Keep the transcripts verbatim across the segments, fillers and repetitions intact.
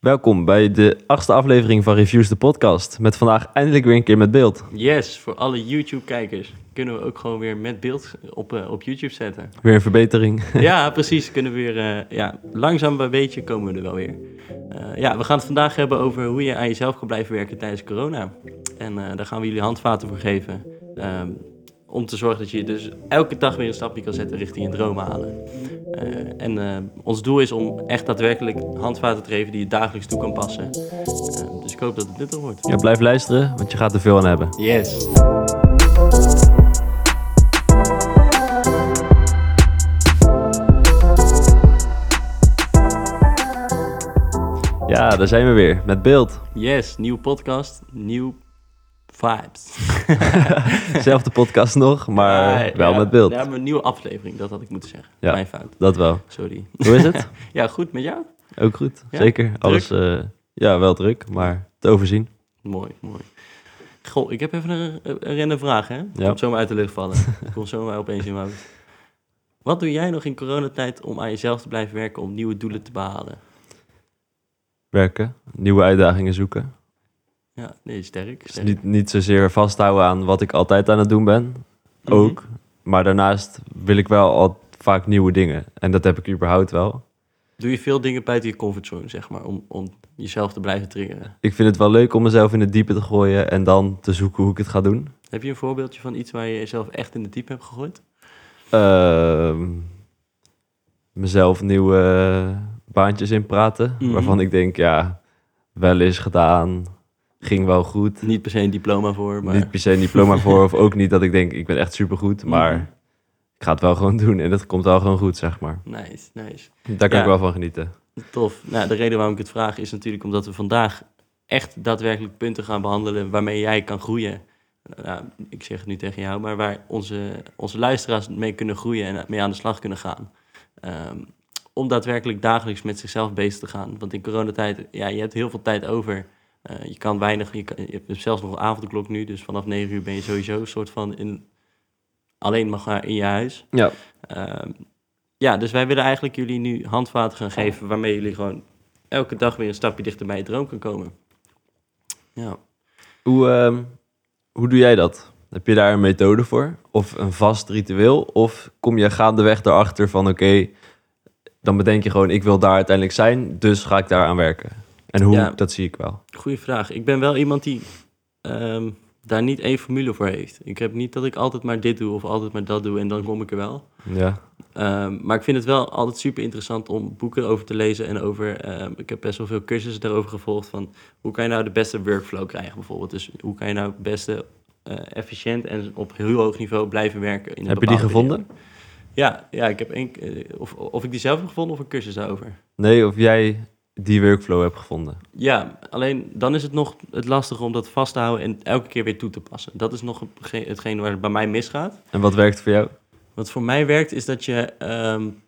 Welkom bij de achtste aflevering van Reviews de podcast. Met vandaag eindelijk weer een keer met beeld. Yes, voor alle YouTube-kijkers kunnen we ook gewoon weer met beeld op, uh, op YouTube zetten. Weer een verbetering. Ja, precies. Kunnen we weer, uh, ja, langzaam bij beetje komen we er wel weer. Uh, ja, we gaan het vandaag hebben over hoe je aan jezelf kan blijven werken tijdens corona. En uh, daar gaan we jullie handvaten voor geven. Um, om te zorgen dat je dus elke dag weer een stapje kan zetten richting je droom halen. Uh, en uh, ons doel is om echt daadwerkelijk handvaten te geven die je dagelijks toe kan passen. Uh, dus ik hoop dat het nuttig wordt. Ja, blijf luisteren, want je gaat er veel aan hebben. Yes. Ja, daar zijn we weer, met beeld. Yes, nieuwe podcast, nieuw vibes. Zelfde podcast nog, maar ja, wel ja, met beeld. Ja, maar een nieuwe aflevering, dat had ik moeten zeggen. Ja, mijn fout. Dat wel. Sorry. Hoe is het? Ja, goed, met jou? Ook goed, Ja? zeker. Alles, uh, ja, wel druk, maar te overzien. Mooi, mooi. Goh, ik heb even een, een random vraag, hè? Ja. Komt zomaar uit de lucht vallen. Komt zomaar opeens in mijn hoofd. Wat doe jij nog in coronatijd om aan jezelf te blijven werken, om nieuwe doelen te behalen? Werken, nieuwe uitdagingen zoeken. Ja, nee, sterk. Dus sterk. niet, niet zozeer vasthouden aan wat ik altijd aan het doen ben, ook. Mhm. Maar daarnaast wil ik wel al vaak nieuwe dingen. En dat heb ik überhaupt wel. Doe je veel dingen buiten je comfortzone, zeg maar, om, om jezelf te blijven triggeren? Ik vind het wel leuk om mezelf in het diepe te gooien en dan te zoeken hoe ik het ga doen. Heb je een voorbeeldje van iets waar je jezelf echt in de diep hebt gegooid? Uh, mezelf nieuwe baantjes inpraten, Mhm. waarvan ik denk, ja, wel eens gedaan, ging wel goed. Niet per se een diploma voor, maar... Niet per se een diploma voor, of ook niet dat ik denk, ik ben echt supergoed, maar Mhm. ik ga het wel gewoon doen en dat komt wel gewoon goed, zeg maar. Nice, nice. Daar kan Ja. ik wel van genieten. Tof. Nou, de reden waarom ik het vraag is natuurlijk omdat we vandaag echt daadwerkelijk punten gaan behandelen waarmee jij kan groeien. Nou, ik zeg het nu tegen jou, maar waar onze, onze luisteraars mee kunnen groeien en mee aan de slag kunnen gaan. Um, om daadwerkelijk dagelijks met zichzelf bezig te gaan. Want in coronatijd, ja, je hebt heel veel tijd over. Uh, je kan weinig, je, kan, je hebt zelfs nog een avondklok nu, dus vanaf negen uur ben je sowieso een soort van in, alleen maar in je huis. Ja. Um, ja, dus wij willen eigenlijk jullie nu handvaten gaan geven waarmee jullie gewoon elke dag weer een stapje dichter bij je droom kan komen. Ja. Hoe, uh, hoe doe jij dat? Heb je daar een methode voor? Of een vast ritueel? Of kom je gaandeweg erachter van oké, okay, dan bedenk je gewoon ik wil daar uiteindelijk zijn, dus ga ik daar aan werken. En hoe, Ja. dat zie ik wel. Goeie vraag. Ik ben wel iemand die um, daar niet één formule voor heeft. Ik heb niet dat ik altijd maar dit doe of altijd maar dat doe en dan kom ik er wel. Ja. Um, maar ik vind het wel altijd super interessant om boeken over te lezen en over... Um, ik heb best wel veel cursussen daarover gevolgd van hoe kan je nou de beste workflow krijgen bijvoorbeeld. Dus hoe kan je nou het beste uh, efficiënt en op heel hoog niveau blijven werken. In een heb je die gevonden? Periode. Ja, ja, ik heb één... Uh, of, of ik die zelf heb gevonden of een cursus daarover. Nee, of jij die workflow hebt gevonden. Ja, alleen dan is het nog het lastige om dat vast te houden en elke keer weer toe te passen. Dat is nog hetgeen waar het bij mij misgaat. En wat werkt voor jou? Wat voor mij werkt is dat je... Um,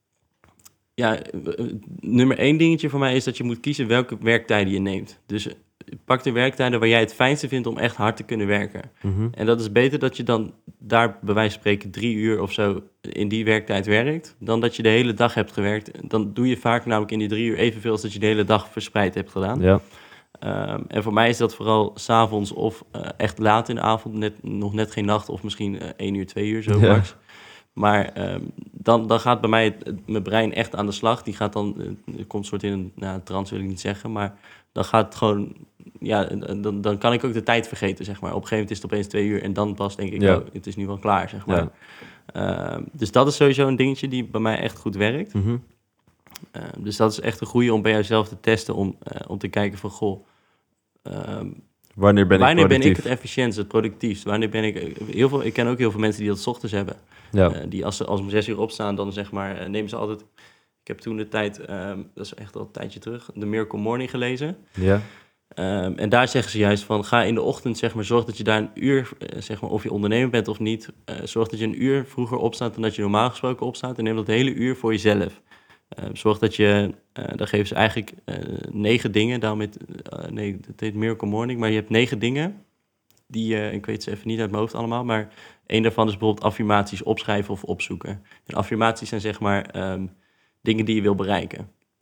ja, nummer één dingetje voor mij is dat je moet kiezen welke werktijden je neemt. Dus pak de werktijden waar jij het fijnste vindt om echt hard te kunnen werken. Mm-hmm. En dat is beter dat je dan daar bij wijze van spreken drie uur of zo in die werktijd werkt, dan dat je de hele dag hebt gewerkt. Dan doe je vaak namelijk in die drie uur evenveel als dat je de hele dag verspreid hebt gedaan. Ja. Um, en voor mij is dat vooral 's avonds of uh, echt laat in de avond, net, nog net geen nacht of misschien uh, één uur, twee uur zo Ja. max. Maar um, dan, dan gaat bij mij het, het, mijn brein echt aan de slag. Die gaat dan, uh, komt soort in een nou, trance wil ik niet zeggen, maar dan gaat het gewoon, ja, dan, dan kan ik ook de tijd vergeten, zeg maar. Op een gegeven moment is het opeens twee uur en dan pas denk ik, Ja. oh, het is nu wel klaar, zeg maar. Ja. Um, dus dat is sowieso een dingetje die bij mij echt goed werkt. Mm-hmm. Uh, dus dat is echt een goede om bij jezelf te testen, om, uh, om te kijken van, goh, um, Wanneer ben ik wanneer ben productief? ik het efficiëntst, het productiefst? Wanneer ben ik... Heel veel, ik ken ook heel veel mensen die dat 's ochtends hebben. Ja. Uh, die als ze als om zes uur opstaan, dan zeg maar, uh, nemen ze altijd... Ik heb toen de tijd, um, dat is echt al een tijdje terug, The Miracle Morning gelezen. Ja. Um, en daar zeggen ze juist van, ga in de ochtend, zeg maar, zorg dat je daar een uur, uh, zeg maar, of je ondernemer bent of niet, uh, zorg dat je een uur vroeger opstaat dan dat je normaal gesproken opstaat. En neem dat hele uur voor jezelf. Uh, zorg dat je, uh, dan geven ze eigenlijk uh, negen dingen, daarom met, uh, nee, het heet Miracle Morning, maar je hebt negen dingen die, uh, ik weet ze even niet uit mijn hoofd allemaal, maar één daarvan is bijvoorbeeld affirmaties opschrijven of opzoeken. En affirmaties zijn zeg maar um, dingen die je wil bereiken.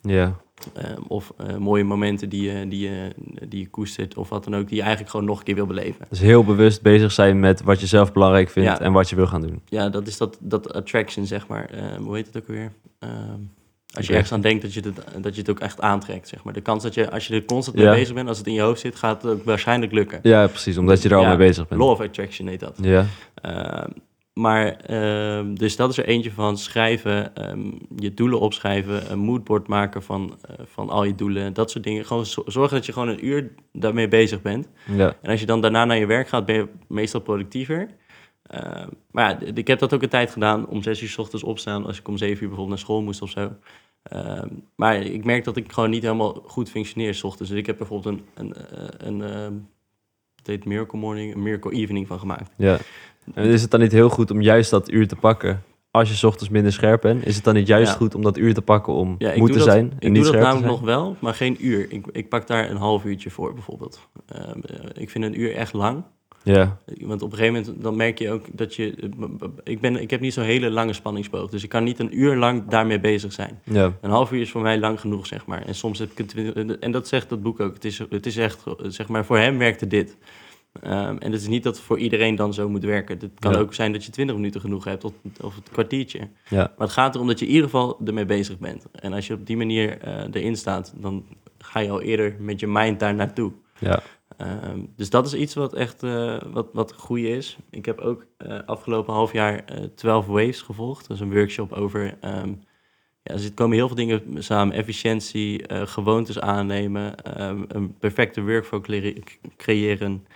Ja. Um, of uh, mooie momenten die je, die, je, die je koestert of wat dan ook, die je eigenlijk gewoon nog een keer wil beleven. Dus heel bewust bezig zijn met wat je zelf belangrijk vindt ja. en wat je wil gaan doen. Ja, dat is dat, dat attraction, zeg maar. Um, hoe heet het ook weer? Um, als je ergens aan denkt dat je, het, dat je het ook echt aantrekt, zeg maar. De kans dat je, als je er constant mee ja. bezig bent, als het in je hoofd zit, gaat het ook waarschijnlijk lukken. Ja, precies, omdat je er al ja, mee bezig bent. Law of attraction heet dat. Ja. Um, Maar, uh, dus dat is er eentje van schrijven, um, je doelen opschrijven, een moodboard maken van, uh, van al je doelen, dat soort dingen. Gewoon zorgen dat je gewoon een uur daarmee bezig bent. Ja. En als je dan daarna naar je werk gaat, ben je meestal productiever. Uh, maar ja, ik heb dat ook een tijd gedaan, om zes uur 's ochtends opstaan, als ik om zeven uur bijvoorbeeld naar school moest of zo. Uh, maar ik merk dat ik gewoon niet helemaal goed functioneer 's ochtends. Dus ik heb bijvoorbeeld een, een, een, een uh, het heet Miracle Morning, een Miracle Evening van gemaakt. Ja. En is het dan niet heel goed om juist dat uur te pakken als je 's ochtends minder scherp bent? Is het dan niet juist ja. goed om dat uur te pakken om ja, moeten dat, zijn en ik niet doe dat scherp namelijk nog wel, maar geen uur. Ik, ik pak daar een half uurtje voor bijvoorbeeld. Uh, ik vind een uur echt lang. Ja. Want op een gegeven moment dan merk je ook dat je... Ik, ben, ik heb niet zo'n hele lange spanningsboog, dus ik kan niet een uur lang daarmee bezig zijn. Ja. Een half uur is voor mij lang genoeg, zeg maar. En soms heb ik het... En dat zegt dat boek ook. Het is, het is echt, zeg maar, voor hem werkte dit. Um, en het is niet dat het voor iedereen dan zo moet werken. Het kan ja. ook zijn dat je twintig minuten genoeg hebt, of, of het kwartiertje. Ja. Maar het gaat erom dat je in ieder geval ermee bezig bent. En als je op die manier uh, erin staat, dan ga je al eerder met je mind daar naartoe. Ja. Um, dus dat is iets wat echt uh, wat, wat goeie is. Ik heb ook uh, afgelopen half jaar uh, twaalf Waves gevolgd. Dat is een workshop over... Um, ja, er komen heel veel dingen samen. Efficiëntie, uh, gewoontes aannemen, um, een perfecte workflow cre- creëren...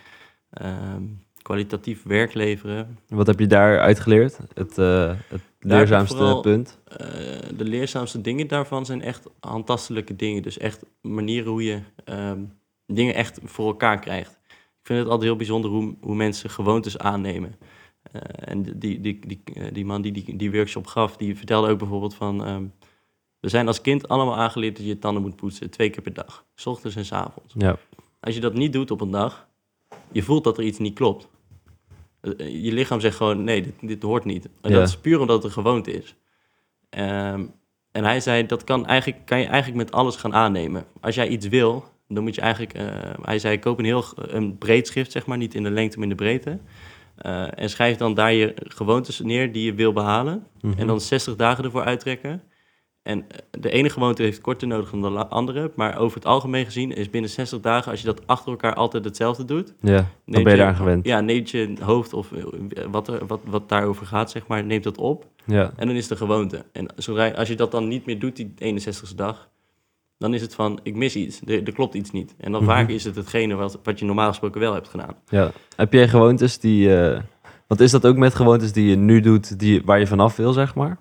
Um, kwalitatief werk leveren. Wat heb je daar uitgeleerd? Het, uh, het leerzaamste vooral, punt? Uh, de leerzaamste dingen daarvan zijn echt handtastelijke dingen. Dus echt manieren hoe je um, dingen echt voor elkaar krijgt. Ik vind het altijd heel bijzonder hoe, hoe mensen gewoontes aannemen. Uh, en die, die, die, die, die man die, die die workshop gaf, die vertelde ook bijvoorbeeld van... Um, we zijn als kind allemaal aangeleerd dat je je tanden moet poetsen. Twee keer per dag. 's Ochtends en 's avonds. Ja. Als je dat niet doet op een dag... Je voelt dat er iets niet klopt. Je lichaam zegt gewoon, nee, dit, dit hoort niet. En ja. dat is puur omdat het een gewoonte is. Um, en hij zei, dat kan, eigenlijk, kan je eigenlijk met alles gaan aannemen. Als jij iets wil, dan moet je eigenlijk... Uh, hij zei, koop een heel een breed schrift, zeg maar. Niet in de lengte, maar in de breedte. Uh, en schrijf dan daar je gewoontes neer die je wil behalen. Mm-hmm. En dan zestig dagen ervoor uittrekken. En de ene gewoonte heeft korter nodig dan de andere. Maar over het algemeen gezien is binnen zestig dagen... als je dat achter elkaar altijd hetzelfde doet... Ja, dan ben je daar aan gewend. Ja, neemt je hoofd of wat, er, wat, wat daarover gaat, zeg maar, neemt dat op. Ja. En dan is het de gewoonte. En zodra, als je dat dan niet meer doet, die eenenzestigste dag... dan is het van, ik mis iets. Er, er klopt iets niet. En dan mm-hmm. vaak is het hetgene wat, wat je normaal gesproken wel hebt gedaan. Ja. Heb jij gewoontes die... Uh, wat is dat ook met gewoontes die je nu doet... Die, waar je vanaf wil, zeg maar?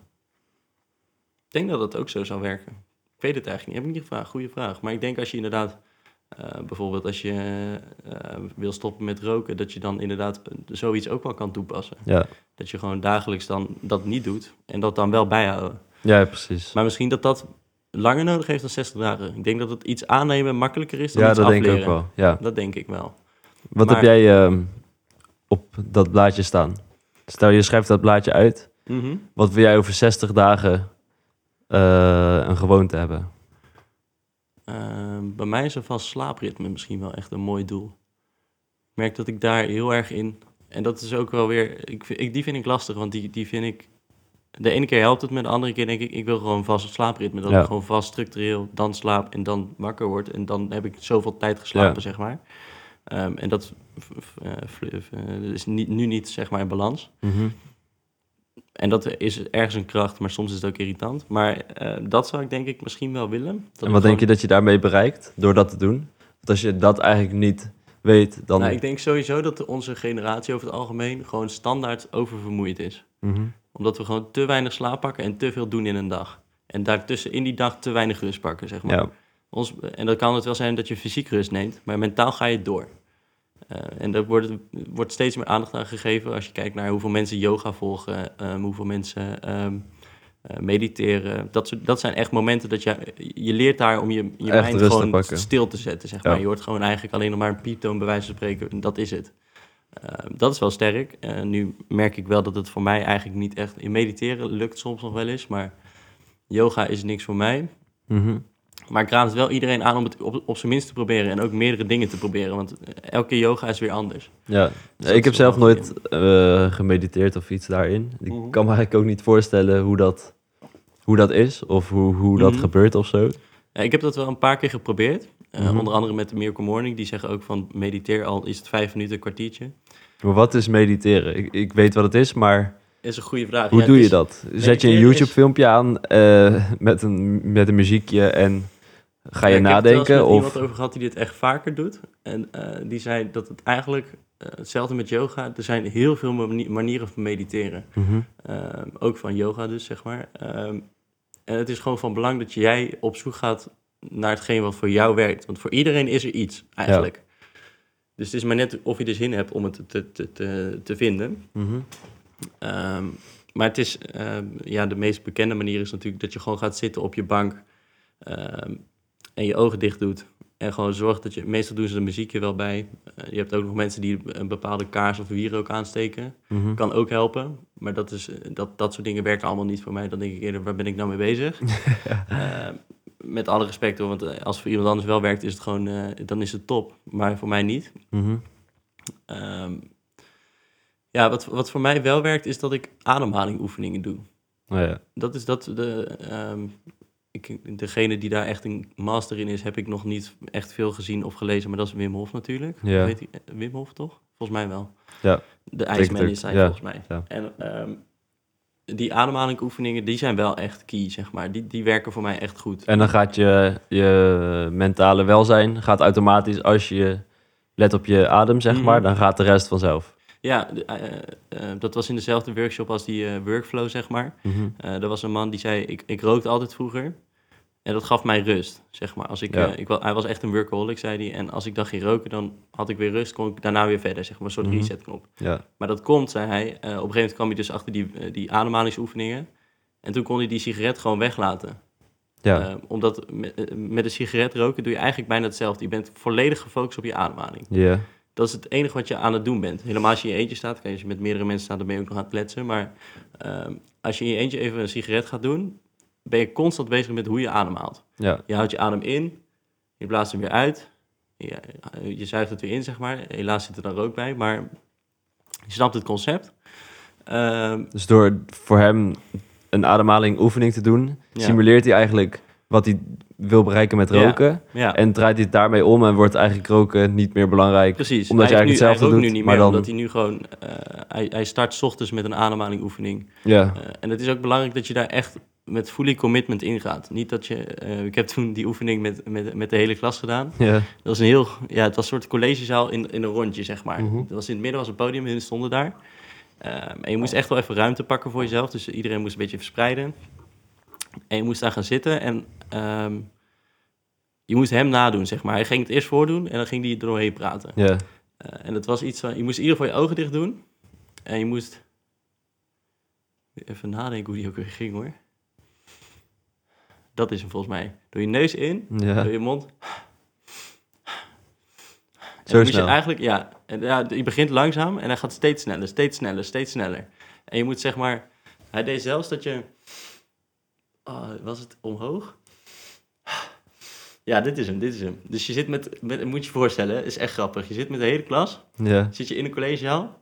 Ik denk dat dat ook zo zou werken. Ik weet het eigenlijk niet. Heb ik niet gevraagd. Goeie vraag. Maar ik denk als je inderdaad... Uh, bijvoorbeeld als je uh, wil stoppen met roken... dat je dan inderdaad zoiets ook wel kan toepassen. Ja. Dat je gewoon dagelijks dan dat niet doet... en dat dan wel bijhouden. Ja, precies. Maar misschien dat dat langer nodig heeft dan zestig dagen. Ik denk dat het iets aannemen makkelijker is dan ja, iets dat afleren. denk ik ook wel. Ja. Dat denk ik wel. Wat maar, heb jij uh, op dat blaadje staan? Stel, je schrijft dat blaadje uit. Mm-hmm. Wat wil jij over zestig dagen... Uh, een gewoonte hebben? Uh, bij mij is een vast slaapritme misschien wel echt een mooi doel. Ik merk dat ik daar heel erg in... En dat is ook wel weer... Ik, ik, die vind ik lastig, want die, die vind ik... De ene keer helpt het me, de andere keer denk ik... Ik wil gewoon vast slaapritme. Dat ja. ik gewoon vast structureel dan slaap en dan wakker word. En dan heb ik zoveel tijd geslapen, ja. zeg maar. Um, en dat uh, uh, is niet, nu niet, zeg maar, in balans. Mm-hmm. En dat is ergens een kracht, maar soms is het ook irritant. Maar uh, dat zou ik denk ik misschien wel willen. Dat en wat gewoon... denk je dat je daarmee bereikt, door dat te doen? Want als je dat eigenlijk niet weet, dan... Nou, ik denk sowieso dat onze generatie over het algemeen... gewoon standaard oververmoeid is. Mm-hmm. Omdat we gewoon te weinig slaap pakken en te veel doen in een dag. En daartussen in die dag te weinig rust pakken, zeg maar. Ja. Ons, en dan kan het wel zijn dat je fysiek rust neemt, maar mentaal ga je door. Uh, en daar wordt, wordt steeds meer aandacht aan gegeven als je kijkt naar hoeveel mensen yoga volgen, um, hoeveel mensen um, uh, mediteren. Dat, soort, dat zijn echt momenten dat je, je leert daar om je, je mind gewoon te stil te zetten. Zeg maar. Ja. Je hoort gewoon eigenlijk alleen nog maar een pieptoon bij wijze van spreken. En dat is het. Uh, dat is wel sterk. Uh, nu merk ik wel dat het voor mij eigenlijk niet echt... In mediteren lukt soms nog wel eens, maar yoga is niks voor mij. Mm-hmm. Maar ik raad het wel iedereen aan om het op, op zijn minst te proberen. En ook meerdere dingen te proberen. Want elke keer yoga is weer anders. Ja, Dus ik heb is wel zelf nooit uh, gemediteerd of iets daarin. Ik Mm-hmm. kan me eigenlijk ook niet voorstellen hoe dat, hoe dat is. Of hoe, hoe dat Mm-hmm. gebeurt of zo. Ja, ik heb dat wel een paar keer geprobeerd. Uh, Mm-hmm. Onder andere met de Miracle Morning. Die zeggen ook van mediteer al is het vijf minuten, een kwartiertje. Maar wat is mediteren? Ik, ik weet wat het is, maar Dat is een goede vraag. hoe ja, doe je is, dat? Zet je een YouTube-filmpje aan uh, met, een, met een muziekje en ga je ja, nadenken? Ik heb er wel eens met of... iemand over gehad die dit echt vaker doet. En uh, die zei dat het eigenlijk, uh, hetzelfde met yoga, er zijn heel veel mani- manieren van mediteren. Mm-hmm. Uh, ook van yoga dus, zeg maar. Um, en het is gewoon van belang dat jij op zoek gaat naar hetgeen wat voor jou werkt. Want voor iedereen is er iets, eigenlijk. Ja. Dus het is maar net of je er zin hebt om het te, te, te, te vinden. Mm-hmm. Um, maar het is, uh, ja, de meest bekende manier is natuurlijk dat je gewoon gaat zitten op je bank um, en je ogen dicht doet. En gewoon zorgt dat je, meestal doen ze de muziekje wel bij. Uh, je hebt ook nog mensen die een bepaalde kaars of wierook aansteken. Mm-hmm. Kan ook helpen, maar dat, is, dat, dat soort dingen werken allemaal niet voor mij. Dan denk ik eerder, waar ben ik nou mee bezig? ja. uh, met alle respect hoor, want als het voor iemand anders wel werkt, is het gewoon, uh, dan is het top. Maar voor mij niet. Mm-hmm. Um, Ja, wat, wat voor mij wel werkt, is dat ik ademhalingoefeningen doe. Oh ja. Dat is dat, de, um, ik, degene die daar echt een master in is, heb ik nog niet echt veel gezien of gelezen, maar dat is Wim Hof natuurlijk. Ja. Weet je, Wim Hof toch? Volgens mij wel. Ja. De IJsman is hij ja. volgens mij. Ja. En um, die ademhalingoefeningen, die zijn wel echt key, zeg maar. Die, die werken voor mij echt goed. En dan gaat je, je mentale welzijn gaat automatisch, als je let op je adem, zeg maar, mm-hmm. dan gaat de rest vanzelf. Ja, uh, uh, dat was in dezelfde workshop als die uh, workflow, zeg maar. Mm-hmm. Uh, er was een man die zei, ik, ik rookte altijd vroeger. En dat gaf mij rust, zeg maar. Als ik, ja. uh, ik, hij was echt een workaholic, zei hij. En als ik dan ging roken, dan had ik weer rust. Kon ik daarna weer verder, zeg maar. Een soort mm-hmm. resetknop. Ja. Maar dat komt, zei hij. Uh, op een gegeven moment kwam hij dus achter die, uh, die ademhalingsoefeningen. En toen kon hij die sigaret gewoon weglaten. Ja. Uh, omdat met, uh, met een sigaret roken doe je eigenlijk bijna hetzelfde. Je bent volledig gefocust op je ademhaling. Ja. Yeah. Dat is het enige wat je aan het doen bent. Helemaal als je in je eentje staat, kan je, als je met meerdere mensen staat, dan ben je ook nog aan het kletsen. Maar uh, als je in je eentje even een sigaret gaat doen, ben je constant bezig met hoe je ademhaalt. Ja. Je houdt je adem in, je blaast hem weer uit, je, je zuigt het weer in, zeg maar. Helaas zit er dan rook bij, maar je snapt het concept. Uh, dus door voor hem een ademhaling oefening te doen, ja. simuleert hij eigenlijk wat hij wil bereiken met roken. Ja, ja. En draait hij het daarmee om en wordt eigenlijk roken niet meer belangrijk. Precies. Omdat hij je eigenlijk nu, hetzelfde hij doet. Nu niet maar meer, dan... omdat hij nu gewoon... Uh, hij, hij start 's ochtends met een ademhalingoefening. Ja. Uh, en het is ook belangrijk dat je daar echt met fully commitment ingaat. Niet dat je... Uh, ik heb toen die oefening met, met, met de hele klas gedaan. Ja. Dat was een heel... Ja, het was een soort collegezaal in, in een rondje, zeg maar. Mm-hmm. Dat was in het midden was een podium en hun stonden daar. Uh, en je moest echt wel even ruimte pakken voor jezelf. Dus iedereen moest een beetje verspreiden. En je moest daar gaan zitten en... Um, je moest hem nadoen, zeg maar. Hij ging het eerst voordoen en dan ging hij er doorheen praten. Ja. Uh, en dat was iets van... Je moest in ieder geval je ogen dicht doen. En je moest... Even nadenken hoe die ook weer ging, hoor. Dat is hem volgens mij. Doe je neus in, ja. doe je mond. Zo snel. Je eigenlijk, ja, en, ja, je begint langzaam en hij gaat steeds sneller, steeds sneller, steeds sneller. En je moet zeg maar... Hij deed zelfs dat je... Oh, was het omhoog? Ja, dit is hem, dit is hem. Dus je zit met, met moet je je voorstellen, is echt grappig. Je zit met de hele klas, ja. zit je in een collegezaal.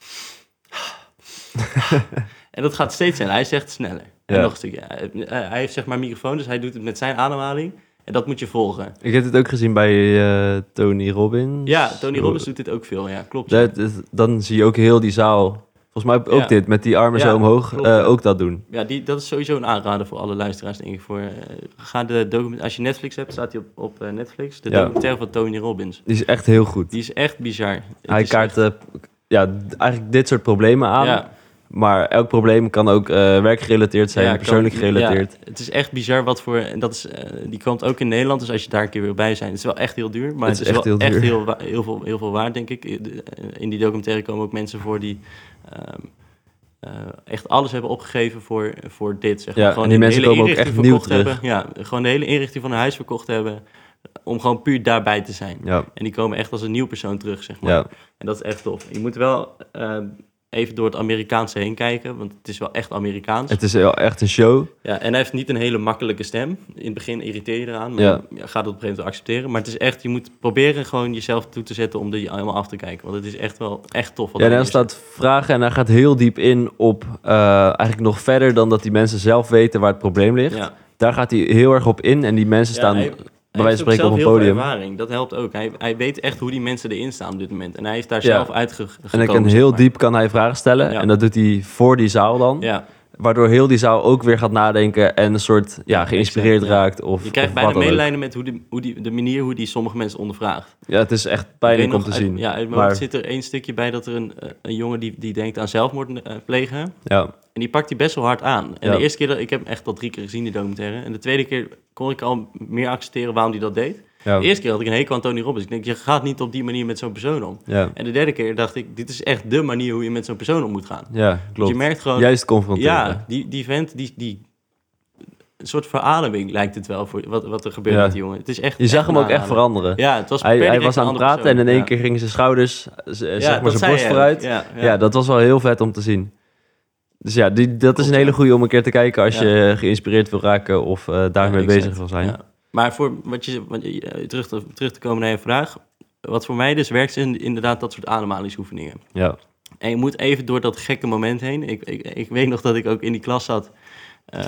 En dat gaat steeds sneller. Hij zegt sneller. En ja. nog een stukje. Hij heeft zeg maar een microfoon, dus hij doet het met zijn ademhaling. En dat moet je volgen. Ik heb het ook gezien bij uh, Tony Robbins. Ja, Tony Robbins doet dit ook veel, ja, klopt. Dat, dat, dan zie je ook heel die zaal... Volgens mij ook ja. dit, met die armen ja, zo omhoog, klopt, uh, ook dat doen. Ja, die, dat is sowieso een aanrader voor alle luisteraars, denk ik. Voor, uh, ga de document, als je Netflix hebt, staat die op, op uh, Netflix. De ja. documentaire van Tony Robbins. Die is echt heel goed. Die is echt bizar. Hij kaart echt... uh, ja, eigenlijk dit soort problemen aan. Ja. Maar elk probleem kan ook uh, werkgerelateerd zijn, ja, persoonlijk kan, gerelateerd. Ja, het is echt bizar wat voor... En dat is, uh, die komt ook in Nederland, dus als je daar een keer wil bij zijn... Het is wel echt heel duur, maar het, het is, is echt, wel heel, echt heel, heel, veel, heel veel waard, denk ik. In die documentaire komen ook mensen voor die... Um, Uh, echt alles hebben opgegeven voor, voor dit. Zeg maar. Ja, gewoon en die mensen komen ook echt nieuw terug. Hebben. Ja, gewoon de hele inrichting van hun huis verkocht hebben... om gewoon puur daarbij te zijn. Ja. En die komen echt als een nieuw persoon terug, zeg maar. Ja. En dat is echt tof. Je moet wel... Uh, even door het Amerikaanse heen kijken, want het is wel echt Amerikaans. Het is wel echt een show. Ja, en hij heeft niet een hele makkelijke stem. In het begin irriteer je eraan, maar Ja. je gaat het op een gegeven moment accepteren. Maar het is echt, je moet proberen gewoon jezelf toe te zetten om er helemaal af te kijken. Want het is echt wel echt tof. Wat Ja, hij en hij neerzet. staat vragen en hij gaat heel diep in op uh, eigenlijk nog verder dan dat die mensen zelf weten waar het probleem ligt. Ja. Daar gaat hij heel erg op in en die mensen staan Ja, hij, bij wijze van spreken op een heel veel podium. ervaring. Dat helpt ook. Hij, hij weet echt hoe die mensen erin staan op dit moment. En hij is daar Ja. zelf uitgekomen. En hij kan heel diep kan hij vragen stellen Ja. en dat doet hij voor die zaal dan. Ja. Waardoor heel die zaal ook weer gaat nadenken en een soort ja, geïnspireerd exact, ja. raakt. Of, Je krijgt of bijna wat dan ook. medelijden met hoe die, hoe die, de manier hoe die sommige mensen ondervraagt. Ja, het is echt Ik pijnlijk weet om nog te uit- zien. Ja, uit mijn Maar- hoofd zit er één stukje bij dat er een, eh, een jongen die, die denkt aan zelfmoord uh, plegen. Ja, En die pakt hij best wel hard aan. En Ja. de eerste keer, dat, ik heb hem echt al drie keer gezien, die documentaire. En de tweede keer kon ik al meer accepteren waarom hij dat deed. ja, De eerste keer had ik een hekel aan Tony Robbins. Ik denk, je gaat niet op die manier met zo'n persoon om. ja, En de derde keer dacht ik, dit is echt de manier hoe je met zo'n persoon om moet gaan. ja, Want klopt. je merkt gewoon, Juist confronteren. ja, die, die vent, die, die, een soort verademing lijkt het wel voor wat, wat er gebeurt Ja. met die jongen. Het is echt. Je zag echt hem ook echt aanraden. veranderen. Ja, het was Hij, per hij direct was aan een het andere praten en in persoon. één keer gingen zijn schouders, z- zeg Ja, maar dat zijn zei borst je vooruit. ook. Ja, Ja. ja. dat was wel heel vet om te zien. Dus ja, die, dat is Klopt, een hele ja. goede om een keer te kijken als Ja. je geïnspireerd wil raken of uh, daarmee Ja, bezig exact. wil zijn. Ja. Maar voor wat je, wat je eh, terug, te, terug te komen naar je vraag. Wat voor mij dus werkt, is inderdaad dat soort ademhalingsoefeningen. Ja, En je moet even door dat gekke moment heen. Ik, ik, ik weet nog dat ik ook in die klas zat. Uh,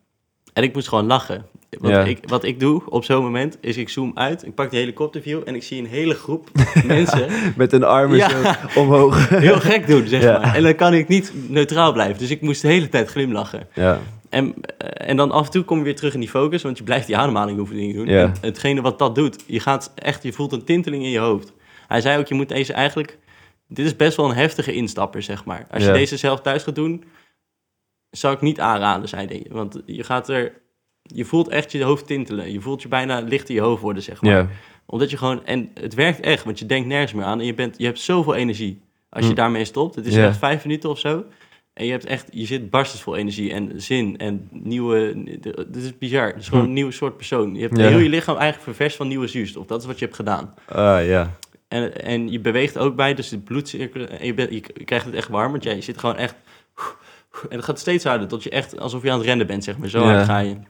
en ik moest gewoon lachen. Wat, Ja. ik, wat ik doe op zo'n moment, is ik zoom uit. Ik pak die helikopterview en ik zie een hele groep mensen met hun armen Ja. zo omhoog. heel gek doen, zeg Ja. maar. En dan kan ik niet neutraal blijven. Dus ik moest de hele tijd glimlachen. Ja, En, uh, en dan af en toe kom je weer terug in die focus, want je blijft die ademhalingoefeningen doen. Ja. En hetgene wat dat doet, je gaat echt, je voelt een tinteling in je hoofd. Hij zei ook, je moet deze eigenlijk, dit is best wel een heftige instapper, zeg maar. Als je Ja. deze zelf thuis gaat doen, zou ik niet aanraden, zei hij. Want je gaat er, je voelt echt je hoofd tintelen. Je voelt je bijna licht in je hoofd worden, zeg maar. ja, Omdat je gewoon, en het werkt echt, want je denkt nergens meer aan. En je, bent, je hebt zoveel energie als je Hm. daarmee stopt. Het is Ja. echt vijf minuten of zo. En je hebt echt, je zit barstensvol energie en zin en nieuwe, dit is bizar. Het is gewoon Hm. een nieuw soort persoon. Je hebt Ja. heel je lichaam eigenlijk ververst van nieuwe zuurstof. Dat is wat je hebt gedaan. Ah, ja. En, en je beweegt ook bij, dus de bloedcirkel, en je, bent, je krijgt het echt warm, want jij je zit gewoon echt, en het gaat steeds harder, tot je echt alsof je aan het rennen bent, zeg maar. Zo Ja. hard ga je.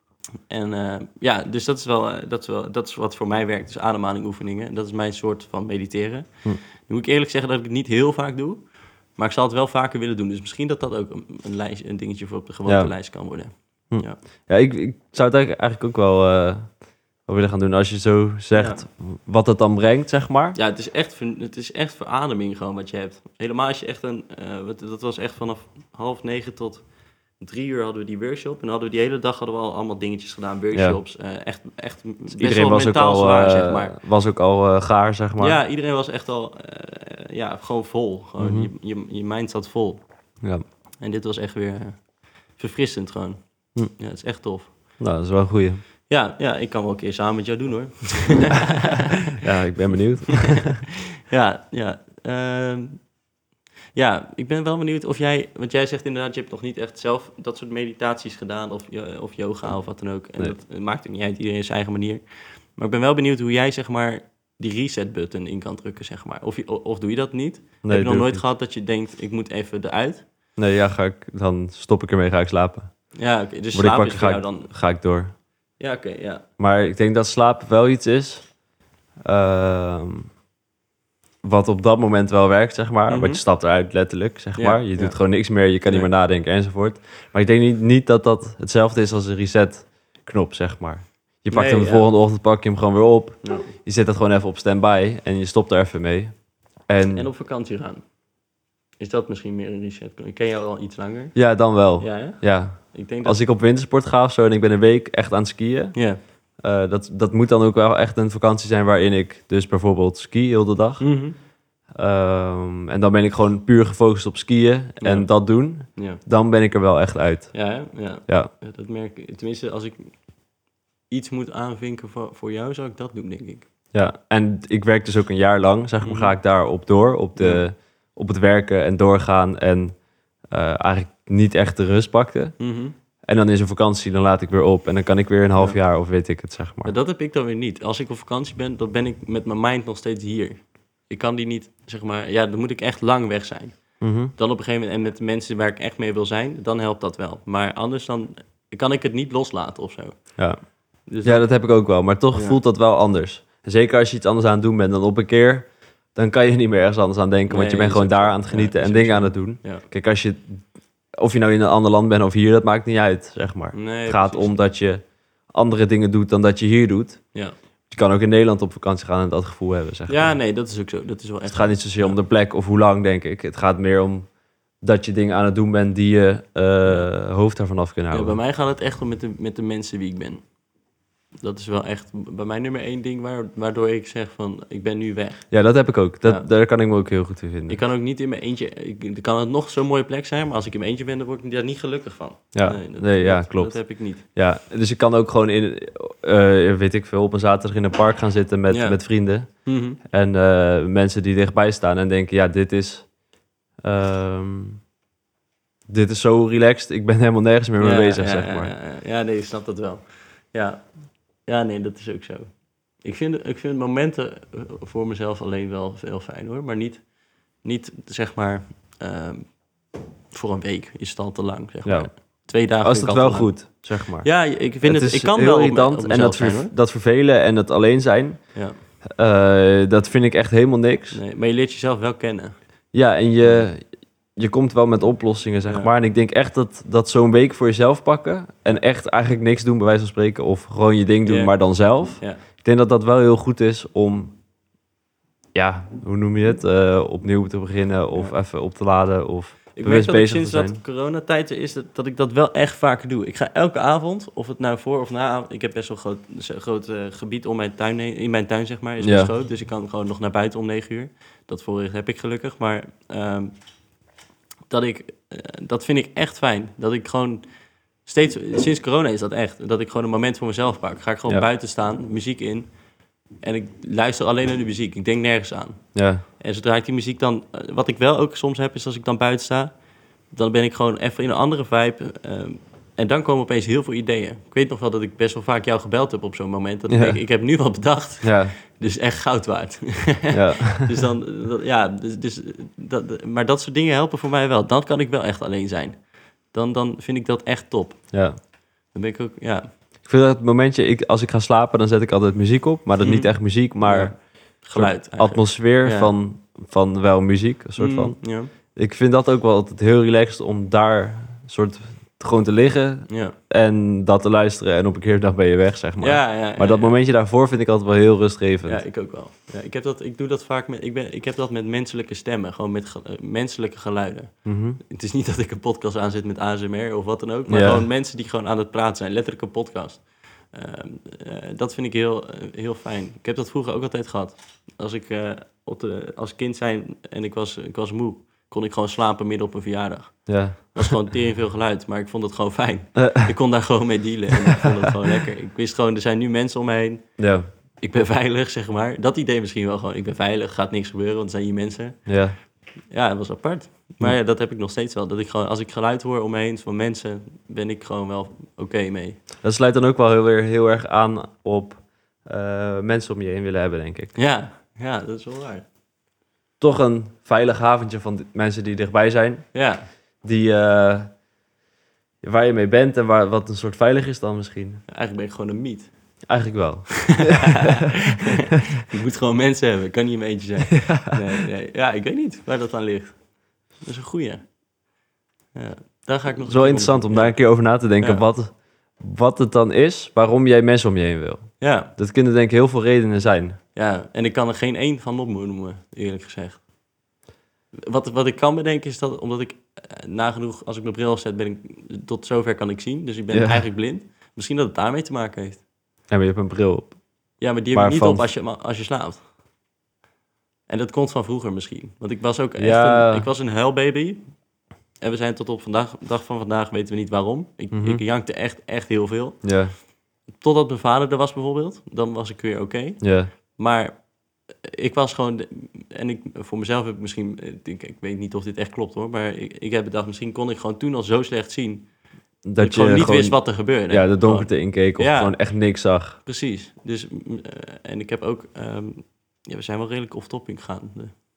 En uh, ja, dus dat is wel, uh, dat is wel, dat is wat voor mij werkt, dus ademhalingoefeningen. En dat is mijn soort van mediteren. Hm. Nu moet ik eerlijk zeggen dat ik het niet heel vaak doe, maar ik zal het wel vaker willen doen. Dus misschien dat dat ook een, een, lijst, een dingetje voor op de gewoontelijst kan worden. Hm. Ja. Ja, ik, ik zou het eigenlijk eigenlijk ook wel, uh, wel willen gaan doen als je zo zegt wat het dan brengt, zeg maar. Ja, het is, echt, ver- het is echt verademing gewoon wat je hebt. Helemaal als je echt een, uh, wat- dat was echt vanaf half negen tot drie uur hadden we die workshop. En hadden we die hele dag hadden we al allemaal dingetjes gedaan, workshops. Uh, echt, echt best Iedereen wel was ook, mentaal al, zwaar, uh, zeg maar. was ook al uh, gaar, zeg maar. Ja, iedereen was echt al, uh, ja, gewoon vol. Gewoon, Mhm. je, je, je mind zat vol. Ja. En dit was echt weer uh, verfrissend gewoon. Hm. Ja, het is echt tof. Nou, dat is wel een goeie. Ja, ja, ik kan wel een keer samen met jou doen hoor. Ja, ik ben benieuwd. Ja, ja. Ehm, ja, ik ben wel benieuwd of jij... Want jij zegt inderdaad, je hebt nog niet echt zelf dat soort meditaties gedaan... of, je- of yoga of wat dan ook. En Nee. dat maakt het niet uit, iedereen zijn eigen manier. Maar ik ben wel benieuwd hoe jij, zeg maar... die reset-button in kan drukken, zeg maar. Of, je, of doe je dat niet? Nee, Heb je nog doe ik nooit niet. gehad dat je denkt, ik moet even eruit? Nee, ja, ga ik, dan stop ik ermee, ga ik slapen. Ja, oké. Dus Word ik slaap wakker, is voor ga jou ik, dan... ga ik door. Ja, oké, ja. Maar ik denk dat slapen wel iets is... ehm, wat op dat moment wel werkt, zeg maar. Mhm. Want je stapt eruit letterlijk, zeg Ja, maar. Je ja. doet gewoon niks meer, je kan niet Nee. meer nadenken enzovoort. Maar ik denk niet, niet dat dat hetzelfde is als een reset-knop, zeg maar. Je pakt Nee, hem de ja. volgende ochtend, pak je hem gewoon weer op. Ja. Je zet het gewoon even op standby en je stopt er even mee. En, En op vakantie gaan. Is dat misschien meer een reset? Ik ken jou al iets langer. ja, dan wel. Ja, hè? Ja. Ik denk dat... Als ik op wintersport ga of zo en ik ben een week echt aan het skiën... Ja. Uh, dat, dat moet dan ook wel echt een vakantie zijn waarin ik dus bijvoorbeeld ski heel de dag. Mhm. Um, en dan ben ik gewoon puur gefocust op skiën en Ja. dat doen. Ja. Dan ben ik er wel echt uit. Ja, hè? Ja. Ja, Ja, dat merk ik. Tenminste, als ik iets moet aanvinken voor, voor jou, zou ik dat doen, denk ik. ja. En ik werk dus ook een jaar lang, zeg maar, Mhm. ga ik daarop door. Op, de, Ja. op het werken en doorgaan en uh, eigenlijk niet echt de rust pakte. Mhm. En dan is een vakantie, dan laat ik weer op. En dan kan ik weer een half Ja. jaar of weet ik het, zeg maar. Maar dat heb ik dan weer niet. Als ik op vakantie ben, dan ben ik met mijn mind nog steeds hier. Ik kan die niet, zeg maar... Ja, dan moet ik echt lang weg zijn. Mhm. Dan op een gegeven moment, en met de mensen waar ik echt mee wil zijn, dan helpt dat wel. Maar anders dan kan ik het niet loslaten of zo. Ja. Dus ja, dat heb ik ook wel. Maar toch Ja. voelt dat wel anders. Zeker als je iets anders aan het doen bent dan op een keer... dan kan je niet meer ergens anders aan denken. want je Nee, bent is gewoon ook daar zo. aan het genieten Ja, en is ook dingen zo. aan het doen. Ja. Kijk, als je... of je nou in een ander land bent of hier, dat maakt niet uit, zeg maar. Nee, het gaat precies. om dat je andere dingen doet dan dat je hier doet. Ja. Je kan ook in Nederland op vakantie gaan en dat gevoel hebben, zeg ja, maar. nee, dat is ook zo. Dat is wel echt. Het gaat niet zozeer om de plek of hoe lang, denk ik. Het gaat meer om dat je dingen aan het doen bent die je uh, hoofd daarvan af kunnen Ja, houden. bij mij gaat het echt om met de, met de mensen wie ik ben. Dat is wel echt bij mij nummer één ding waar, waardoor ik zeg van, ik ben nu weg. Ja, dat heb ik ook. Dat, Ja. Daar kan ik me ook heel goed in vinden. Ik kan ook niet in mijn eentje, ik, kan het nog zo'n mooie plek zijn, maar als ik in mijn eentje ben, dan word ik daar niet gelukkig van. Ja, nee, dat, nee, ja dat, klopt. Dat heb ik niet. Ja, dus ik kan ook gewoon in, uh, weet ik veel, op een zaterdag in een park gaan zitten met, Ja. met vrienden. Mm-hmm. En uh, mensen die dichtbij staan en denken, ja, dit is... Um, dit is zo relaxed, ik ben helemaal nergens meer mee ja, bezig, ja, zeg ja, maar. Ja, ja. ja, nee, ik snap dat wel. Ja, ja nee, dat is ook zo. Ik vind, ik vind momenten voor mezelf alleen wel heel fijn, hoor. Maar niet, niet zeg maar, um, voor een week is het al te lang, zeg maar. Ja. Twee dagen Als vind het ik wel al te lang. goed, zeg maar. Ja, ik vind het, het is ik kan heel wel irritant op, op en dat, zijn, ver, hoor. dat vervelen en dat alleen zijn, Ja. uh, dat vind ik echt helemaal niks. Nee, maar je leert jezelf wel kennen. Ja, en je, je komt wel met oplossingen, zeg Ja. maar. En ik denk echt dat, dat zo'n week voor jezelf pakken en echt eigenlijk niks doen, bij wijze van spreken, of gewoon je ding doen, Ja. maar dan zelf. Ja. Ik denk dat dat wel heel goed is om, ja, hoe noem je het, uh, opnieuw te beginnen of Ja. even op te laden of Ik merk bewust dat ik bezig sinds te zijn. dat coronatijd er is, dat, dat ik dat wel echt vaker doe. Ik ga elke avond, of het nou voor of na... Ik heb best wel groot, een groot uh, gebied om mijn tuin heen, in mijn tuin, zeg maar, is best Ja. groot. Dus ik kan gewoon nog naar buiten om negen uur. Dat voorrecht heb ik gelukkig. Maar um, dat, ik, uh, dat vind ik echt fijn. Dat ik gewoon steeds... Sinds corona is dat echt. Dat ik gewoon een moment voor mezelf pak. Ga ik gewoon Ja. buiten staan, muziek in. En ik luister alleen naar de muziek. Ik denk nergens aan. Ja, En zodra ik die muziek dan... Wat ik wel ook soms heb, is als ik dan buiten sta... dan ben ik gewoon even in een andere vibe. Um, en dan komen opeens heel veel ideeën. Ik weet nog wel dat ik best wel vaak jou gebeld heb op zo'n moment. Dat ik Ja. denk, ik heb nu wat bedacht. ja, Dus echt goud waard. ja. dus dan, dat, ja, dus, dus, dat, maar dat soort dingen helpen voor mij wel. Dan kan ik wel echt alleen zijn. Dan, dan vind ik dat echt top. ja. Dan ben ik ook, ja... Ik vind dat het momentje, ik, als ik ga slapen, dan zet ik altijd muziek op. Maar dat is niet Mm. echt muziek, maar Ja. Geluid eigenlijk. atmosfeer Ja. van, van wel muziek, een soort Mm, van. Ja, Ik vind dat ook wel altijd heel relaxed om daar soort gewoon te liggen ja. en dat te luisteren. En op een keer dag ben je weg, zeg maar. Ja, ja, ja, maar dat ja. momentje daarvoor vind ik altijd wel heel rustgevend. Ja, ik ook wel. Ja, ik, heb dat, ik doe dat vaak met... Ik, ben, ik heb dat met menselijke stemmen. Gewoon met ge, uh, menselijke geluiden. Mhm. Het is niet dat ik een podcast aanzet met A S M R of wat dan ook. Maar Ja. gewoon mensen die gewoon aan het praten zijn. Letterlijk een podcast. Uh, uh, dat vind ik heel, uh, heel fijn. Ik heb dat vroeger ook altijd gehad. Als ik uh, op de, als kind zijn en ik was, ik was moe... kon ik gewoon slapen midden op een verjaardag. Ja. Het was gewoon tering veel geluid, maar ik vond het gewoon fijn. Ik kon daar gewoon mee dealen en ik vond het gewoon lekker. Ik wist gewoon, er zijn nu mensen om me heen. Ja. Ik ben veilig, zeg maar. Dat idee misschien wel gewoon. Ik ben veilig, gaat niks gebeuren, want er zijn hier mensen. Ja. Ja, dat was apart. Maar ja, dat heb ik nog steeds wel. Dat ik gewoon, als ik geluid hoor om me heen van mensen, ben ik gewoon wel oké okay mee. Dat sluit dan ook wel heel, weer heel erg aan op uh, mensen om je heen willen hebben, denk ik. Ja, ja, dat is wel waar. Toch een veilig haventje van d- mensen die dichtbij zijn. Ja, Die, uh, waar je mee bent en waar, wat een soort veilig is dan misschien. eigenlijk ben ik gewoon een miet. Eigenlijk wel. Ik moet gewoon mensen hebben. Ik kan niet in mijn eentje zijn. Nee, nee. Ja, ik weet niet waar dat aan ligt. Dat is een goeie. Ja, daar ga ik nog... Het is wel interessant om daar een keer over na te denken. Ja. Wat, wat het dan is, waarom jij mensen om je heen wil. Ja, Dat kunnen denk ik heel veel redenen zijn. ja, en ik kan er geen één van opnoemen, eerlijk gezegd. Wat, wat ik kan bedenken is dat, omdat ik eh, nagenoeg, als ik mijn bril afzet, ben ik, tot zover kan ik zien. Dus ik ben Ja. eigenlijk blind. Misschien dat het daarmee te maken heeft. Ja, maar je hebt een bril op. Ja, maar die heb Maar ik niet van- op als je, als je slaapt. En dat komt van vroeger misschien. Want ik was ook echt Ja. een, ik was een huilbaby. En we zijn tot op vandaag, dag van vandaag, weten we niet waarom. Ik, Mhm. ik jankte echt, echt heel veel. Ja, Totdat mijn vader er was bijvoorbeeld. Dan was ik weer oké. ja, Maar ik was gewoon... de- En ik, voor mezelf heb ik misschien... Ik, ik weet niet of dit echt klopt hoor. Maar ik, ik heb bedacht, misschien kon ik gewoon toen al zo slecht zien. Dat, dat ik gewoon je niet gewoon, wist wat er gebeurde. ja, de Gewoon- donkerte inkeek of Ja. gewoon echt niks zag. Precies. Dus, mm, eh, en ik heb ook... ehm, ja, we zijn wel redelijk off-topic gegaan. De-